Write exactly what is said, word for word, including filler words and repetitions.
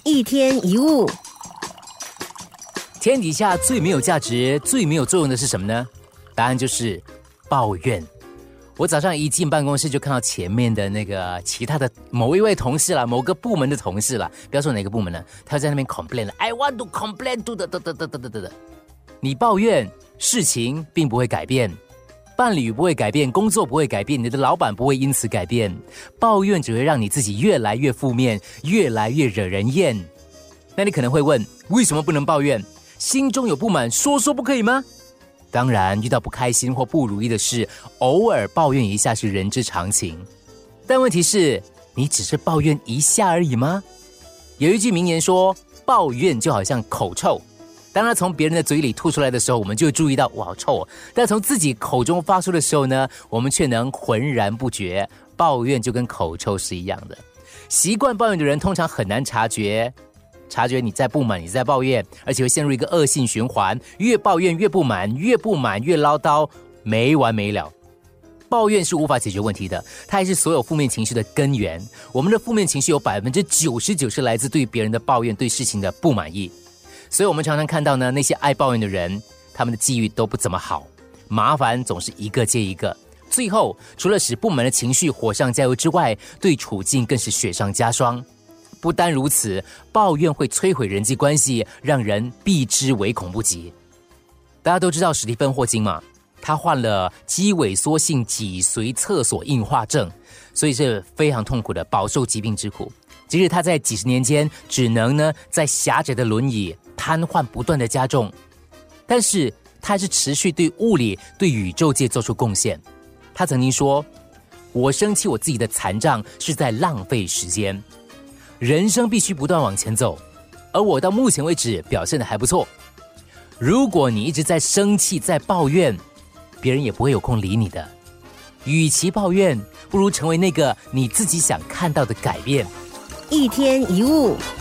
一天一物。 天底下最没有价值、最没有作用的是什么呢？答案就是抱怨。我早上一进办公室就看到前面的那个其他的某一位同事啦，某个部门的同事啦，不要说哪个部门呢，他在那边 complain 了 I want to complain to the 的的的的的的。你抱怨，事情并不会改变，伴侣不会改变，工作不会改变，你的老板不会因此改变。抱怨只会让你自己越来越负面，越来越惹人厌。那你可能会问，为什么不能抱怨？心中有不满，说说不可以吗？当然，遇到不开心或不如意的事，偶尔抱怨一下是人之常情。但问题是，你只是抱怨一下而已吗？有一句名言说，抱怨就好像口臭。当它从别人的嘴里吐出来的时候，我们就会注意到，哇，好臭哦。但从自己口中发出的时候呢，我们却能浑然不觉。抱怨就跟口臭是一样的。习惯抱怨的人通常很难察觉。察觉你在不满，你在抱怨，而且会陷入一个恶性循环，越抱怨越不满，越不满越唠叨，没完没了。抱怨是无法解决问题的，它还是所有负面情绪的根源。我们的负面情绪有 百分之九十九 是来自对别人的抱怨，对事情的不满意。所以我们常常看到呢，那些爱抱怨的人，他们的际遇都不怎么好，麻烦总是一个接一个，最后除了使不满的情绪火上加油之外，对处境更是雪上加霜。不单如此，抱怨会摧毁人际关系，让人避之唯恐不及。大家都知道史蒂芬·霍金嘛，他患了肌萎缩性脊髓侧索硬化症，所以是非常痛苦的，饱受疾病之苦。即使他在几十年间只能呢在狭窄的轮椅瘫痪不断的加重，但是他还是持续对物理、对宇宙界做出贡献。他曾经说，我生气我自己的残障是在浪费时间。人生必须不断往前走，而我到目前为止表现得还不错。如果你一直在生气，在抱怨，别人也不会有空理你的。与其抱怨，不如成为那个你自己想看到的改变。 一天一物。